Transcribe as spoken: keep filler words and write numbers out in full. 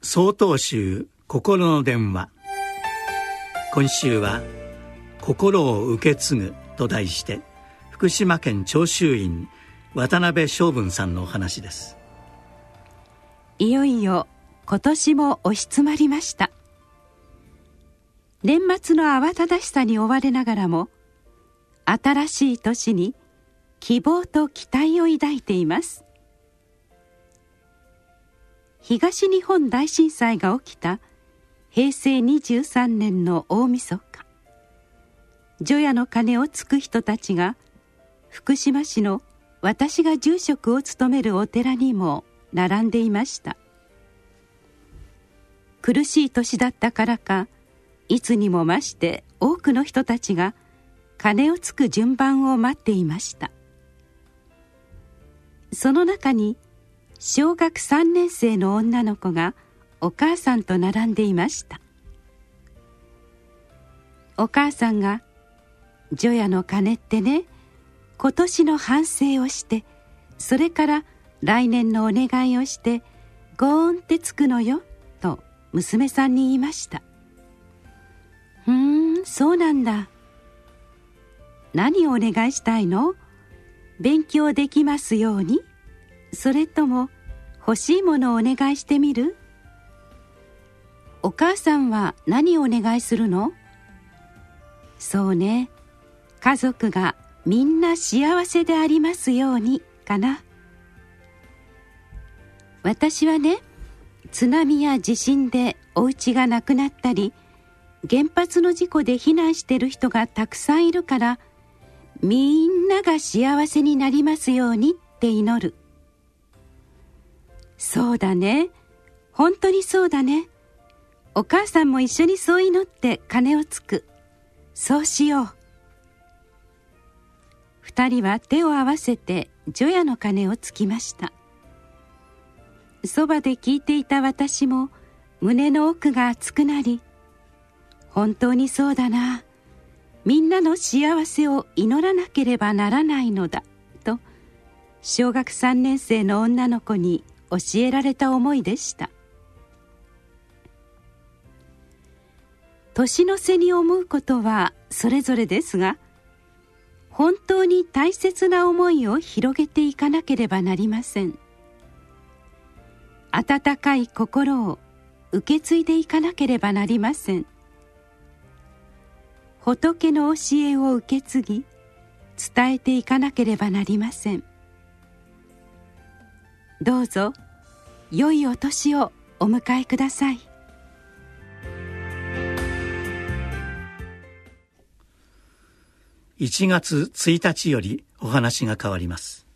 曹洞宗心の電話。今週は心を受け継ぐと題して、福島県長州院渡辺昌文さんのお話です。 いよいよ今年も押し詰まりました。年末の慌ただしさに追われながらも、新しい年に希望と期待を抱いています。東日本大震災が起きたへいせいにじゅうさんねんの大晦日、除夜の鐘をつく人たちが福島市の私が住職を務めるお寺にも並んでいました。苦しい年だったからか、いつにも増して多くの人たちが鐘をつく順番を待っていました。その中に小学さんねんせいの女の子がお母さんと並んでいました。お母さんが、除夜の鐘ってね、今年の反省をして、それから来年のお願いをしてゴーンってつくのよと娘さんに言いました。ふーん、そうなんだ。何をお願いしたいの？勉強できますように？それとも欲しいものをお願いしてみる？お母さんは何をお願いするの？そうね、家族がみんな幸せでありますようにかな。私はね、津波や地震でお家がなくなったり、原発の事故で避難している人がたくさんいるから、みんなが幸せになりますようにって祈る。そうだね、本当にそうだね。お母さんも一緒にそう祈って鐘をつく。そうしよう。二人は手を合わせて除夜の鐘をつきました。そばで聞いていた私も胸の奥が熱くなり、本当にそうだな、みんなの幸せを祈らなければならないのだと、小学さんねんせいの女の子に教えられた思いでした。年の瀬に思うことはそれぞれですが、本当に大切な思いを広げていかなければなりません。温かい心を受け継いでいかなければなりません。仏の教えを受け継ぎ、伝えていかなければなりません。どうぞ良いお年をお迎えください。 いちがつついたちよりお話が変わります。